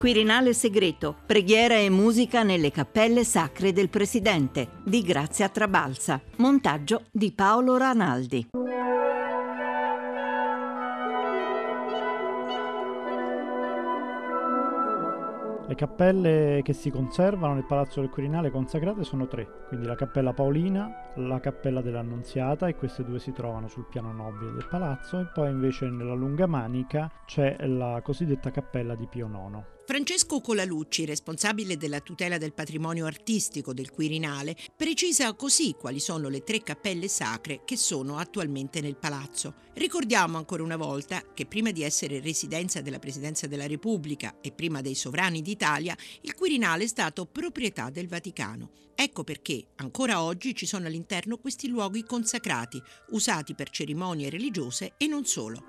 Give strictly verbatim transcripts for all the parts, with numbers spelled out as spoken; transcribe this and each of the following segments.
Quirinale segreto, preghiera e musica nelle cappelle sacre del Presidente, di Grazia Trabalza. Montaggio di Paolo Ranaldi. Le cappelle che si conservano nel Palazzo del Quirinale consacrate sono tre, quindi la Cappella Paolina, la Cappella dell'Annunziata, e queste due si trovano sul piano nobile del palazzo, e poi invece nella lunga manica c'è la cosiddetta Cappella di Pio nono. Francesco Colalucci, responsabile della tutela del patrimonio artistico del Quirinale, precisa così quali sono le tre cappelle sacre che sono attualmente nel palazzo. Ricordiamo ancora una volta che prima di essere residenza della Presidenza della Repubblica e prima dei sovrani d'Italia, il Quirinale è stato proprietà del Vaticano. Ecco perché ancora oggi ci sono all'interno questi luoghi consacrati, usati per cerimonie religiose e non solo.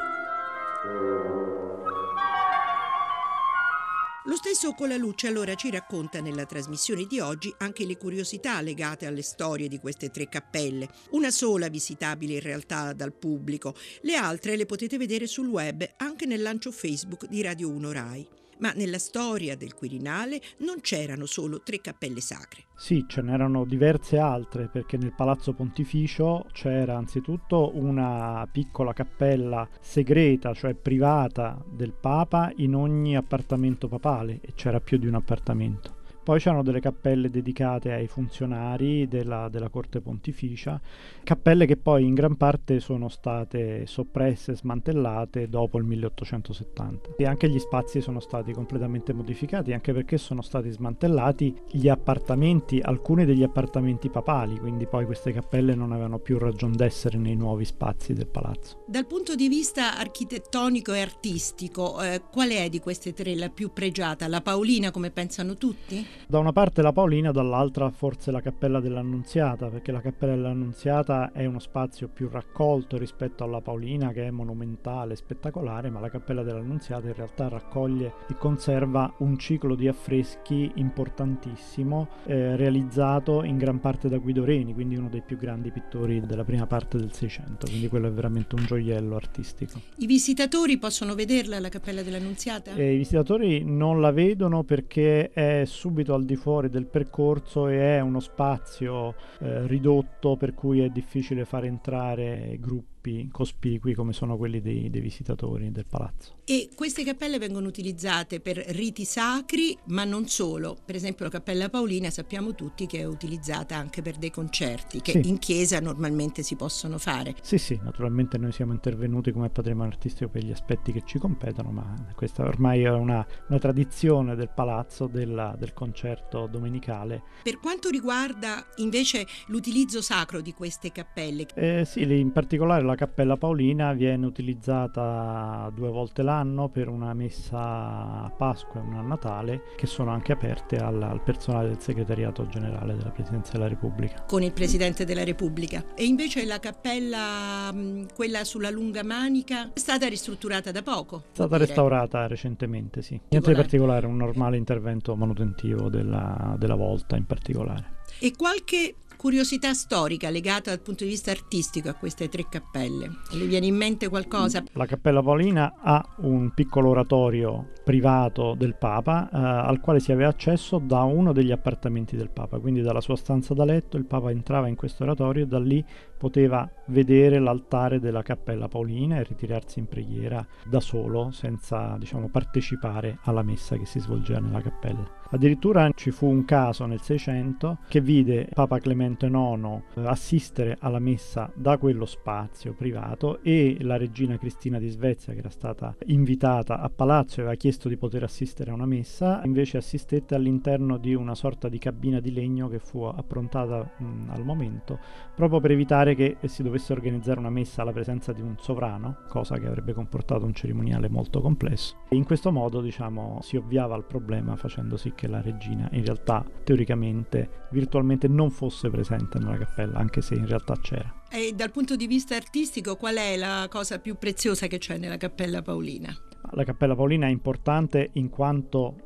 Lo stesso Colalucci allora ci racconta nella trasmissione di oggi anche le curiosità legate alle storie di queste tre cappelle, una sola visitabile in realtà dal pubblico, le altre le potete vedere sul web anche nel lancio Facebook di Radio uno Rai. Ma nella storia del Quirinale non c'erano solo tre cappelle sacre. Sì, ce n'erano diverse altre, perché nel Palazzo Pontificio c'era anzitutto una piccola cappella segreta, cioè privata del Papa, in ogni appartamento papale, e c'era più di un appartamento. Poi c'erano delle cappelle dedicate ai funzionari della, della Corte Pontificia, cappelle che poi in gran parte sono state soppresse, smantellate dopo il milleottocentosettanta. E anche gli spazi sono stati completamente modificati, anche perché sono stati smantellati gli appartamenti, alcuni degli appartamenti papali, quindi poi queste cappelle non avevano più ragion d'essere nei nuovi spazi del palazzo. Dal punto di vista architettonico e artistico, eh, qual è di queste tre la più pregiata? La Paolina, come pensano tutti? Da una parte la Paolina, dall'altra forse la Cappella dell'Annunziata, perché la Cappella dell'Annunziata è uno spazio più raccolto rispetto alla Paolina, che è monumentale, spettacolare, ma la Cappella dell'Annunziata in realtà raccoglie e conserva un ciclo di affreschi importantissimo, eh, realizzato in gran parte da Guido Reni, quindi uno dei più grandi pittori della prima parte del Seicento, quindi quello è veramente un gioiello artistico. I visitatori possono vederla, la Cappella dell'Annunziata? E i visitatori non la vedono perché è subito al di fuori del percorso e è uno spazio eh, ridotto, per cui è difficile far entrare gruppi cospicui come sono quelli dei, dei visitatori del palazzo. E queste cappelle vengono utilizzate per riti sacri, ma non solo. Per esempio la Cappella Paolina sappiamo tutti che è utilizzata anche per dei concerti che sì. In chiesa normalmente si possono fare. Sì, sì, naturalmente noi siamo intervenuti come patrimonio artistico per gli aspetti che ci competono, ma questa ormai è una, una tradizione del palazzo della, del concerto domenicale. Per quanto riguarda invece l'utilizzo sacro di queste cappelle? Eh, sì, in particolare la Cappella Paolina viene utilizzata due volte l'anno per una messa a Pasqua e una a Natale, che sono anche aperte al, al personale del segretariato generale della Presidenza della Repubblica. Con il Presidente della Repubblica. E invece la cappella, quella sulla lunga manica, è stata ristrutturata da poco? È stata restaurata recentemente, sì. Niente di particolare, un normale intervento manutentivo della, della volta in particolare. E qualche curiosità storica legata dal punto di vista artistico a queste tre cappelle? Le viene in mente qualcosa? La Cappella Paolina ha un piccolo oratorio privato del Papa eh, al quale si aveva accesso da uno degli appartamenti del Papa, quindi dalla sua stanza da letto il Papa entrava in questo oratorio e da lì poteva vedere l'altare della Cappella Paolina e ritirarsi in preghiera da solo, senza, diciamo, partecipare alla messa che si svolgeva nella cappella. Addirittura ci fu un caso nel Seicento che vide Papa Clemente nono assistere alla messa da quello spazio privato, e la regina Cristina di Svezia, che era stata invitata a palazzo e aveva chiesto di poter assistere a una messa, invece assistette all'interno di una sorta di cabina di legno che fu approntata mh, al momento, proprio per evitare che si dovesse organizzare una messa alla presenza di un sovrano, cosa che avrebbe comportato un cerimoniale molto complesso. E in questo modo, diciamo, si ovviava al problema, facendo sì che la regina in realtà teoricamente virtualmente non fosse presente nella cappella, anche se in realtà c'era. E dal punto di vista artistico, qual è la cosa più preziosa che c'è nella Cappella Paolina? La Cappella Paolina è importante in quanto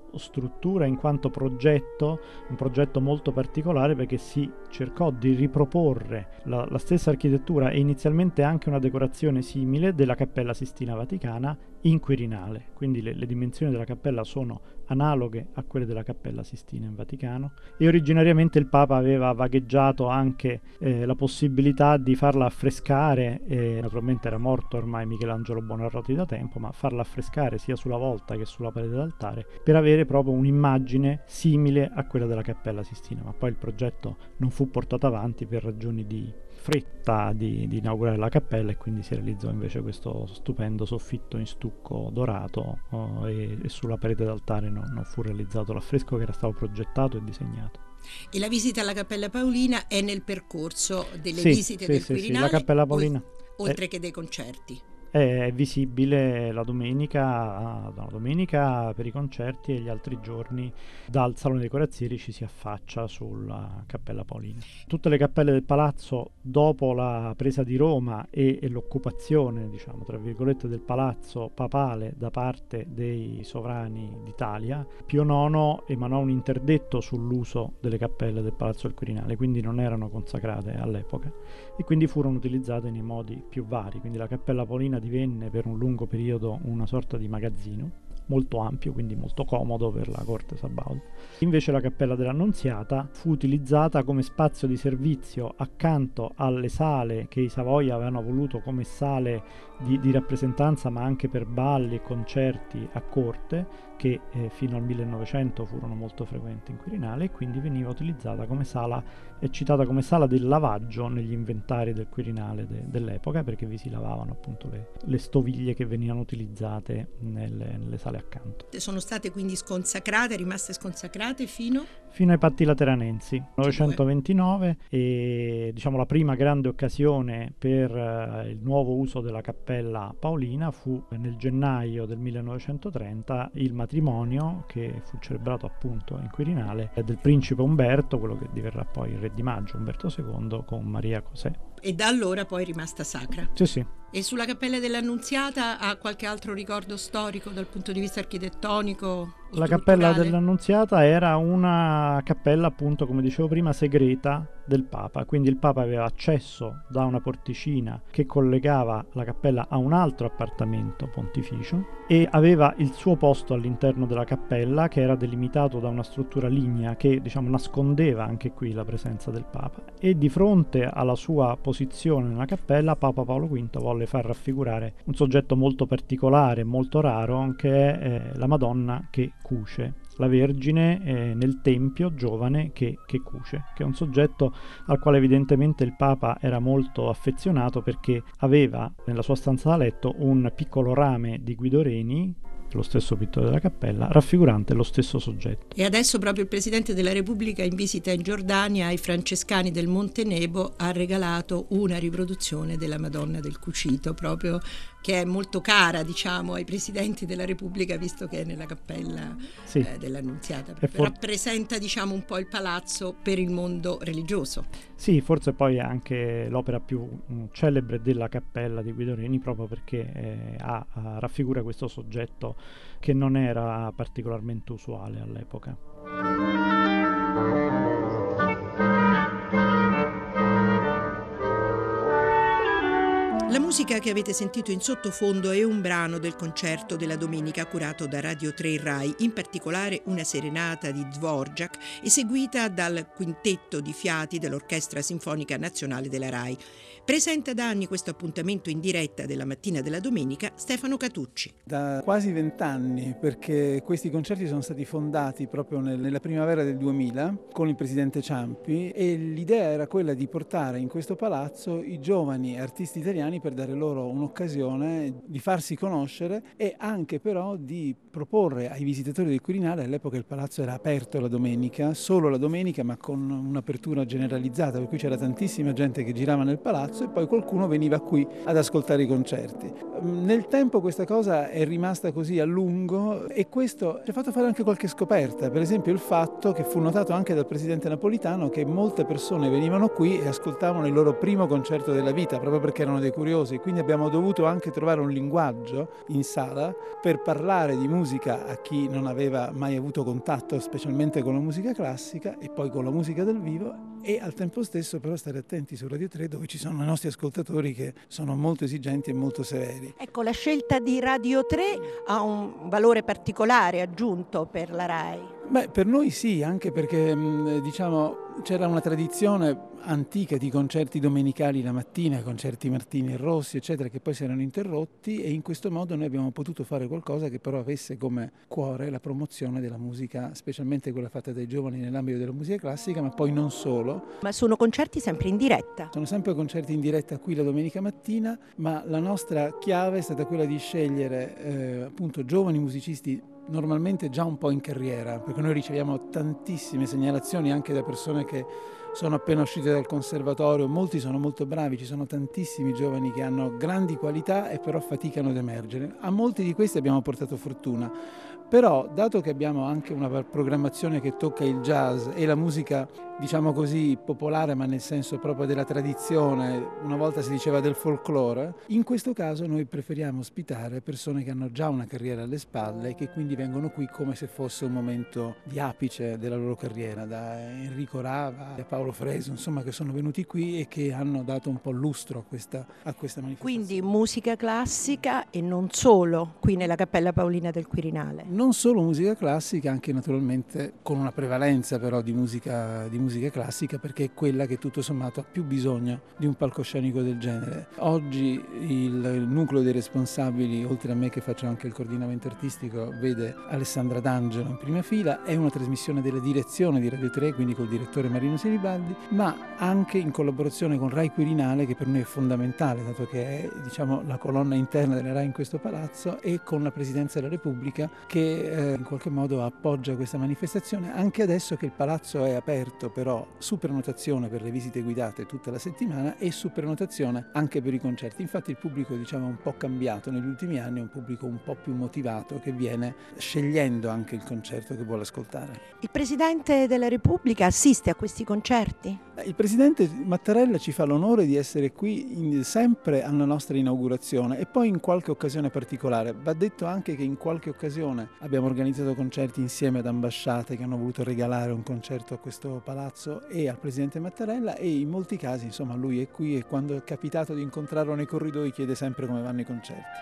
struttura, in quanto progetto, un progetto molto particolare, perché si cercò di riproporre la, la stessa architettura e inizialmente anche una decorazione simile della Cappella Sistina Vaticana in Quirinale. Quindi le, le dimensioni della cappella sono analoghe a quelle della Cappella Sistina in Vaticano, e originariamente il Papa aveva vagheggiato anche eh, la possibilità di farla affrescare, e naturalmente era morto ormai Michelangelo Buonarroti da tempo, ma farla affrescare sia sulla volta che sulla parete d'altare per avere proprio un'immagine simile a quella della Cappella Sistina, ma poi il progetto non fu portato avanti per ragioni di fretta di, di inaugurare la cappella, e quindi si realizzò invece questo stupendo soffitto in stucco dorato, oh, e, e sulla parete d'altare non, non fu realizzato l'affresco che era stato progettato e disegnato. E la visita alla Cappella Paolina è nel percorso delle sì, visite sì, del sì, Quirinale, sì, la Cappella Paolina oltre è... che dei concerti. È visibile la domenica, la domenica per i concerti, e gli altri giorni dal Salone dei Corazzieri ci si affaccia sulla Cappella Paolina. Tutte le cappelle del palazzo, dopo la presa di Roma e, e l'occupazione, diciamo, tra virgolette, del palazzo papale da parte dei sovrani d'Italia, Pio nono emanò un interdetto sull'uso delle cappelle del Palazzo del Quirinale, quindi non erano consacrate all'epoca e quindi furono utilizzate nei modi più vari. Quindi la Cappella Paolina divenne per un lungo periodo una sorta di magazzino molto ampio, quindi molto comodo per la corte sabauda. Invece la Cappella dell'Annunziata fu utilizzata come spazio di servizio accanto alle sale che i Savoia avevano voluto come sale di, di rappresentanza, ma anche per balli e concerti a corte, che eh, fino al millenovecento furono molto frequenti in Quirinale, e quindi veniva utilizzata come sala, è citata come sala del lavaggio negli inventari del Quirinale de, dell'epoca, perché vi si lavavano appunto le, le stoviglie che venivano utilizzate nelle, nelle sale accanto. Sono state quindi sconsacrate, rimaste sconsacrate fino? Fino ai Patti Lateranensi, millenovecentoventinove, e diciamo la prima grande occasione per uh, il nuovo uso della Cappella Paolina fu nel gennaio del millenovecentotrenta il matrimonio, che fu celebrato appunto in Quirinale, del principe Umberto, quello che diverrà poi il re di maggio, Umberto secondo, con Maria José. E da allora poi è rimasta sacra. Sì, sì. E sulla Cappella dell'Annunziata ha qualche altro ricordo storico dal punto di vista architettonico? La Cappella dell'Annunziata era una cappella, appunto, come dicevo prima, segreta del Papa, quindi il Papa aveva accesso da una porticina che collegava la cappella a un altro appartamento pontificio, e aveva il suo posto all'interno della cappella, che era delimitato da una struttura lignea che, diciamo, nascondeva anche qui la presenza del Papa, e di fronte alla sua posizione nella cappella Papa Paolo quinto volle far raffigurare un soggetto molto particolare, molto raro, che è eh, la Madonna che cuce, la Vergine eh, nel Tempio giovane che, che cuce, che è un soggetto al quale evidentemente il Papa era molto affezionato, perché aveva nella sua stanza da letto un piccolo rame di Guido Reni, lo stesso pittore della cappella, raffigurante lo stesso soggetto. E adesso proprio il Presidente della Repubblica, in visita in Giordania ai francescani del Monte Nebo, ha regalato una riproduzione della Madonna del Cucito, proprio, che è molto cara, diciamo, ai Presidenti della Repubblica, visto che è nella cappella sì. eh, dell'Annunziata. For- rappresenta, diciamo, un po' il palazzo per il mondo religioso. Sì, forse poi è anche l'opera più mh, celebre della cappella di Guido Reni, proprio perché eh, ha, ha, raffigura questo soggetto che non era particolarmente usuale all'epoca. La musica che avete sentito in sottofondo è un brano del concerto della domenica curato da Radio tre Rai, in particolare una serenata di Dvorak eseguita dal quintetto di fiati dell'Orchestra Sinfonica Nazionale della Rai. Presenta da anni questo appuntamento in diretta della mattina della domenica Stefano Catucci. Da quasi vent'anni, perché questi concerti sono stati fondati proprio nel, nella primavera del duemila con il presidente Ciampi, e l'idea era quella di portare in questo palazzo i giovani artisti italiani per dare loro un'occasione di farsi conoscere, e anche però di proporre ai visitatori del Quirinale. All'epoca il palazzo era aperto la domenica, solo la domenica, ma con un'apertura generalizzata, per cui c'era tantissima gente che girava nel palazzo, e poi qualcuno veniva qui ad ascoltare i concerti. Nel tempo questa cosa è rimasta così a lungo, e questo ci ha fatto fare anche qualche scoperta, per esempio il fatto che fu notato anche dal presidente Napolitano che molte persone venivano qui e ascoltavano il loro primo concerto della vita, proprio perché erano dei curiosi curiosi, e quindi abbiamo dovuto anche trovare un linguaggio in sala per parlare di musica a chi non aveva mai avuto contatto, specialmente con la musica classica e poi con la musica dal vivo, e al tempo stesso però stare attenti su Radio tre, dove ci sono i nostri ascoltatori che sono molto esigenti e molto severi. Ecco, la scelta di Radio tre ha un valore particolare aggiunto per la RAI. Beh, per noi sì, anche perché diciamo c'era una tradizione antica di concerti domenicali la mattina, concerti Martini e Rossi, eccetera, che poi si erano interrotti, e in questo modo noi abbiamo potuto fare qualcosa che però avesse come cuore la promozione della musica, specialmente quella fatta dai giovani nell'ambito della musica classica, ma poi non solo. Ma sono concerti sempre in diretta? Sono sempre concerti in diretta qui la domenica mattina, ma la nostra chiave è stata quella di scegliere eh, appunto giovani musicisti normalmente già un po' in carriera, perché noi riceviamo tantissime segnalazioni anche da persone che sono appena uscite dal conservatorio, molti sono molto bravi, ci sono tantissimi giovani che hanno grandi qualità e però faticano ad emergere. A molti di questi abbiamo portato fortuna, però dato che abbiamo anche una programmazione che tocca il jazz e la musica, diciamo così, popolare, ma nel senso proprio della tradizione, una volta si diceva del folklore, in questo caso noi preferiamo ospitare persone che hanno già una carriera alle spalle e che quindi vengono qui come se fosse un momento di apice della loro carriera, da Enrico Rava a Paolo Fresu, insomma, che sono venuti qui e che hanno dato un po' lustro a questa, a questa manifestazione. Quindi musica classica e non solo qui nella Cappella Paolina del Quirinale? Non solo musica classica, anche naturalmente con una prevalenza però di musica, di musica classica, perché è quella che tutto sommato ha più bisogno di un palcoscenico del genere. Oggi il, il nucleo dei responsabili, oltre a me che faccio anche il coordinamento artistico, vede Alessandra D'Angelo in prima fila. È una trasmissione della direzione di Radio tre, quindi col direttore Marino Silibaldi, ma anche in collaborazione con Rai Quirinale, che per noi è fondamentale, dato che è, diciamo, la colonna interna della Rai in questo palazzo, e con la Presidenza della Repubblica, che eh, in qualche modo appoggia questa manifestazione, anche adesso che il palazzo è aperto, però su prenotazione per le visite guidate tutta la settimana e su prenotazione anche per i concerti. Infatti il pubblico, diciamo, è un po' cambiato negli ultimi anni, è un pubblico un po' più motivato, che viene scegliendo anche il concerto che vuole ascoltare. Il Presidente della Repubblica assiste a questi concerti? Il Presidente Mattarella ci fa l'onore di essere qui in, sempre alla nostra inaugurazione e poi in qualche occasione particolare. Va detto anche che in qualche occasione abbiamo organizzato concerti insieme ad ambasciate che hanno voluto regalare un concerto a questo palazzo e al Presidente Mattarella, e in molti casi insomma lui è qui, e quando è capitato di incontrarlo nei corridoi chiede sempre come vanno i concerti.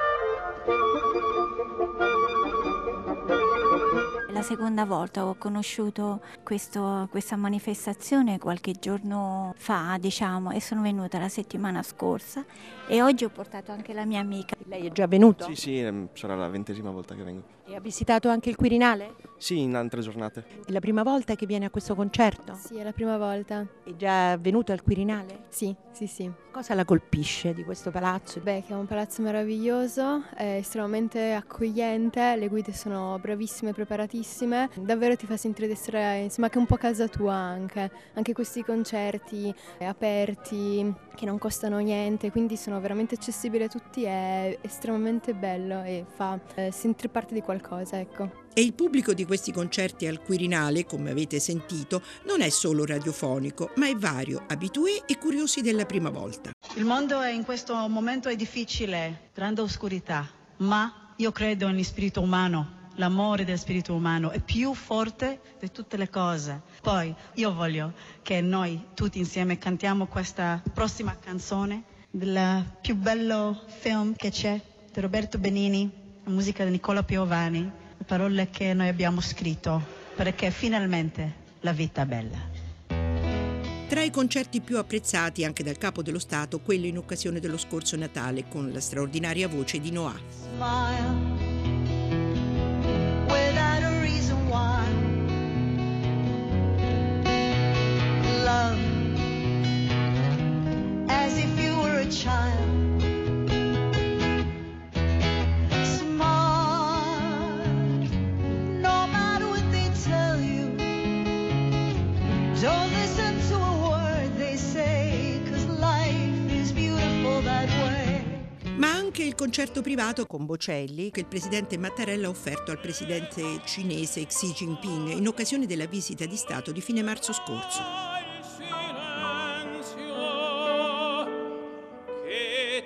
La seconda volta ho conosciuto questo, questa manifestazione qualche giorno fa, diciamo, e sono venuta la settimana scorsa e oggi ho portato anche la mia amica. Lei è già venuto? Sì, sì, sarà la ventesima volta che vengo. E ha visitato anche il Quirinale? Sì, in altre giornate. È la prima volta che viene a questo concerto? Sì, è la prima volta. È già venuto al Quirinale? Sì, sì, sì. Cosa la colpisce di questo palazzo? Beh, che è un palazzo meraviglioso, è estremamente accogliente, le guide sono bravissime, preparatissime, davvero ti fa sentire di essere, insomma, che è un po' casa tua anche. Anche questi concerti aperti, che non costano niente, quindi sono veramente accessibili a tutti, è estremamente bello e fa eh, sentire parte di qualcosa, ecco. E il pubblico di questi concerti al Quirinale, come avete sentito, non è solo radiofonico, ma è vario, abitué e curiosi della prima volta. Il mondo è in questo momento è difficile, grande oscurità, ma io credo nello spirito umano. L'amore del spirito umano è più forte di tutte le cose. Poi io voglio che noi tutti insieme cantiamo questa prossima canzone del più bello film che c'è, di Roberto Benigni, la musica di Nicola Piovani, le parole che noi abbiamo scritto, perché finalmente la vita è bella. Tra i concerti più apprezzati anche dal Capo dello Stato, quello in occasione dello scorso Natale con la straordinaria voce di Noah. Smile. Without a reason why. Love, as if you were a child. Smart, no matter what they tell you. Don't listen to a word they say, 'cause life is beautiful that way. Ma anche il concerto privato con Bocelli che il presidente Mattarella ha offerto al presidente cinese Xi Jinping in occasione della visita di Stato di fine marzo scorso. Che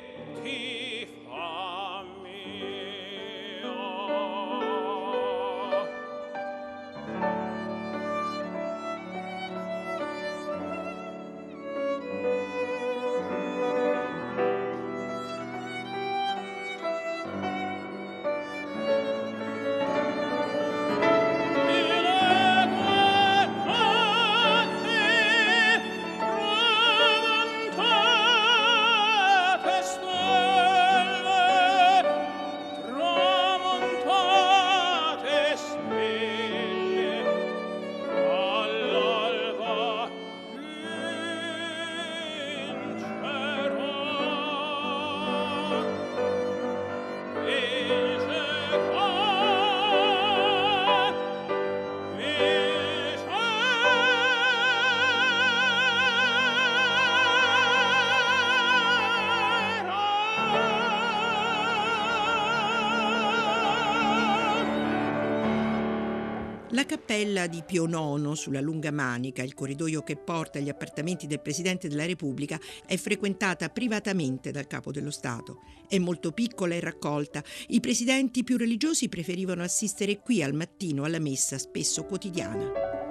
La cappella di Pio nono sulla Lunga Manica, il corridoio che porta agli appartamenti del Presidente della Repubblica, è frequentata privatamente dal Capo dello Stato. È molto piccola e raccolta. I presidenti più religiosi preferivano assistere qui al mattino alla messa, spesso quotidiana.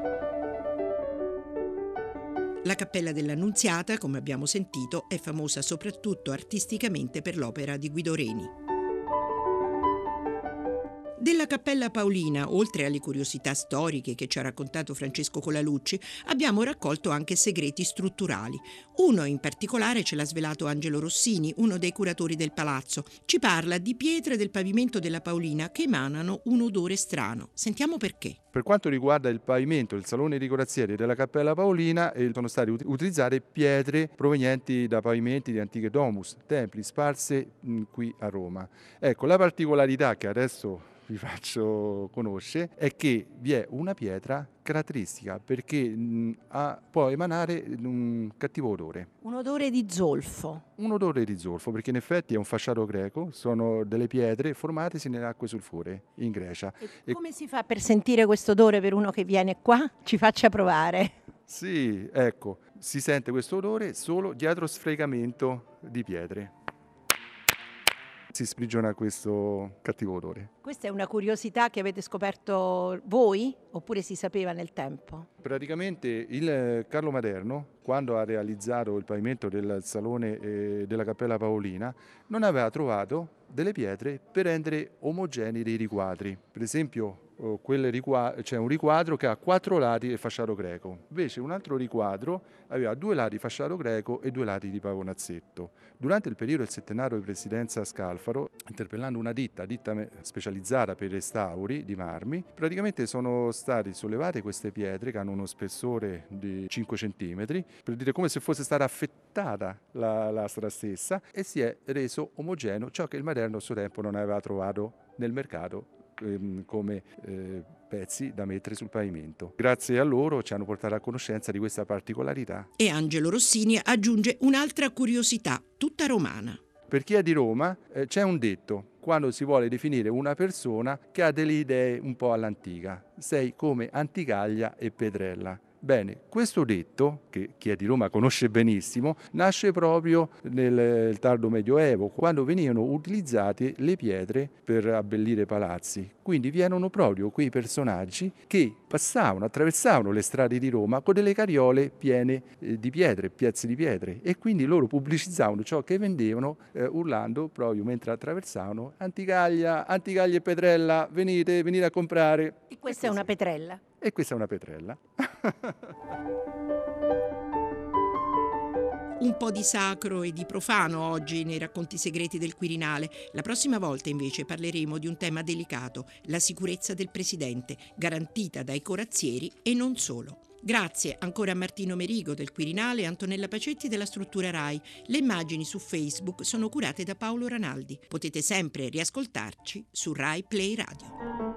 La Cappella dell'Annunziata, come abbiamo sentito, è famosa soprattutto artisticamente per l'opera di Guido Reni. Della Cappella Paolina, oltre alle curiosità storiche che ci ha raccontato Francesco Colalucci, abbiamo raccolto anche segreti strutturali. Uno in particolare ce l'ha svelato Angelo Rossini, uno dei curatori del palazzo. Ci parla di pietre del pavimento della Paolina che emanano un odore strano. Sentiamo perché. Per quanto riguarda il pavimento, il salone di corazzieri della Cappella Paolina, eh, sono state ut- utilizzate pietre provenienti da pavimenti di antiche domus, templi sparse mh, qui a Roma. Ecco, la particolarità che adesso vi faccio conoscere è che vi è una pietra caratteristica perché mh, ha, può emanare un cattivo odore. Un odore di zolfo. Un odore di zolfo perché in effetti è un fasciato greco, sono delle pietre formatesi nelle acque sulfuree in Grecia. E E come si fa per sentire questo odore per uno che viene qua? Ci faccia provare. sì, ecco, si sente questo odore solo dietro sfregamento di pietre. Si sprigiona questo cattivo odore. Questa è una curiosità che avete scoperto voi oppure si sapeva nel tempo? Praticamente il Carlo Maderno, quando ha realizzato il pavimento del salone eh, della Cappella Paolina, non aveva trovato delle pietre per rendere omogenei dei riquadri. Per esempio, oh, quel riquadro, c'è un riquadro che ha quattro lati di fasciato greco, invece un altro riquadro aveva due lati di fasciato greco e due lati di pavonazzetto. Durante il periodo del settenario di presidenza Scalfaro, interpellando una ditta, ditta specializzata per restauri di marmi, praticamente sono state sollevate queste pietre che hanno uno spessore di cinque centimetri, per dire come se fosse stata affettata la lastra stessa, e si è reso omogeneo, ciò che il Maderno a suo tempo non aveva trovato nel mercato ehm, come eh, pezzi da mettere sul pavimento. Grazie a loro ci hanno portato a conoscenza di questa particolarità. E Angelo Rossini aggiunge un'altra curiosità, tutta romana. Per chi è di Roma eh, c'è un detto, quando si vuole definire una persona che ha delle idee un po' all'antica, sei come Anticaglia e Petrella. Bene, questo detto, che chi è di Roma conosce benissimo, nasce proprio nel tardo Medioevo, quando venivano utilizzate le pietre per abbellire palazzi. Quindi vi proprio quei personaggi che passavano, attraversavano le strade di Roma con delle carriole piene eh, di pietre, piezze di pietre, e quindi loro pubblicizzavano ciò che vendevano eh, urlando proprio mentre attraversavano: Anticaglia, Anticaglia e Petrella, venite, venite a comprare. E questa è una petrella. E questa è una petrella. Un po' di sacro e di profano oggi nei racconti segreti del Quirinale. La prossima volta invece parleremo di un tema delicato, la sicurezza del Presidente, garantita dai corazzieri e non solo. Grazie ancora a Martino Merigo del Quirinale e Antonella Pacetti della struttura RAI. Le immagini su Facebook sono curate da Paolo Ranaldi. Potete sempre riascoltarci su RAI Play Radio.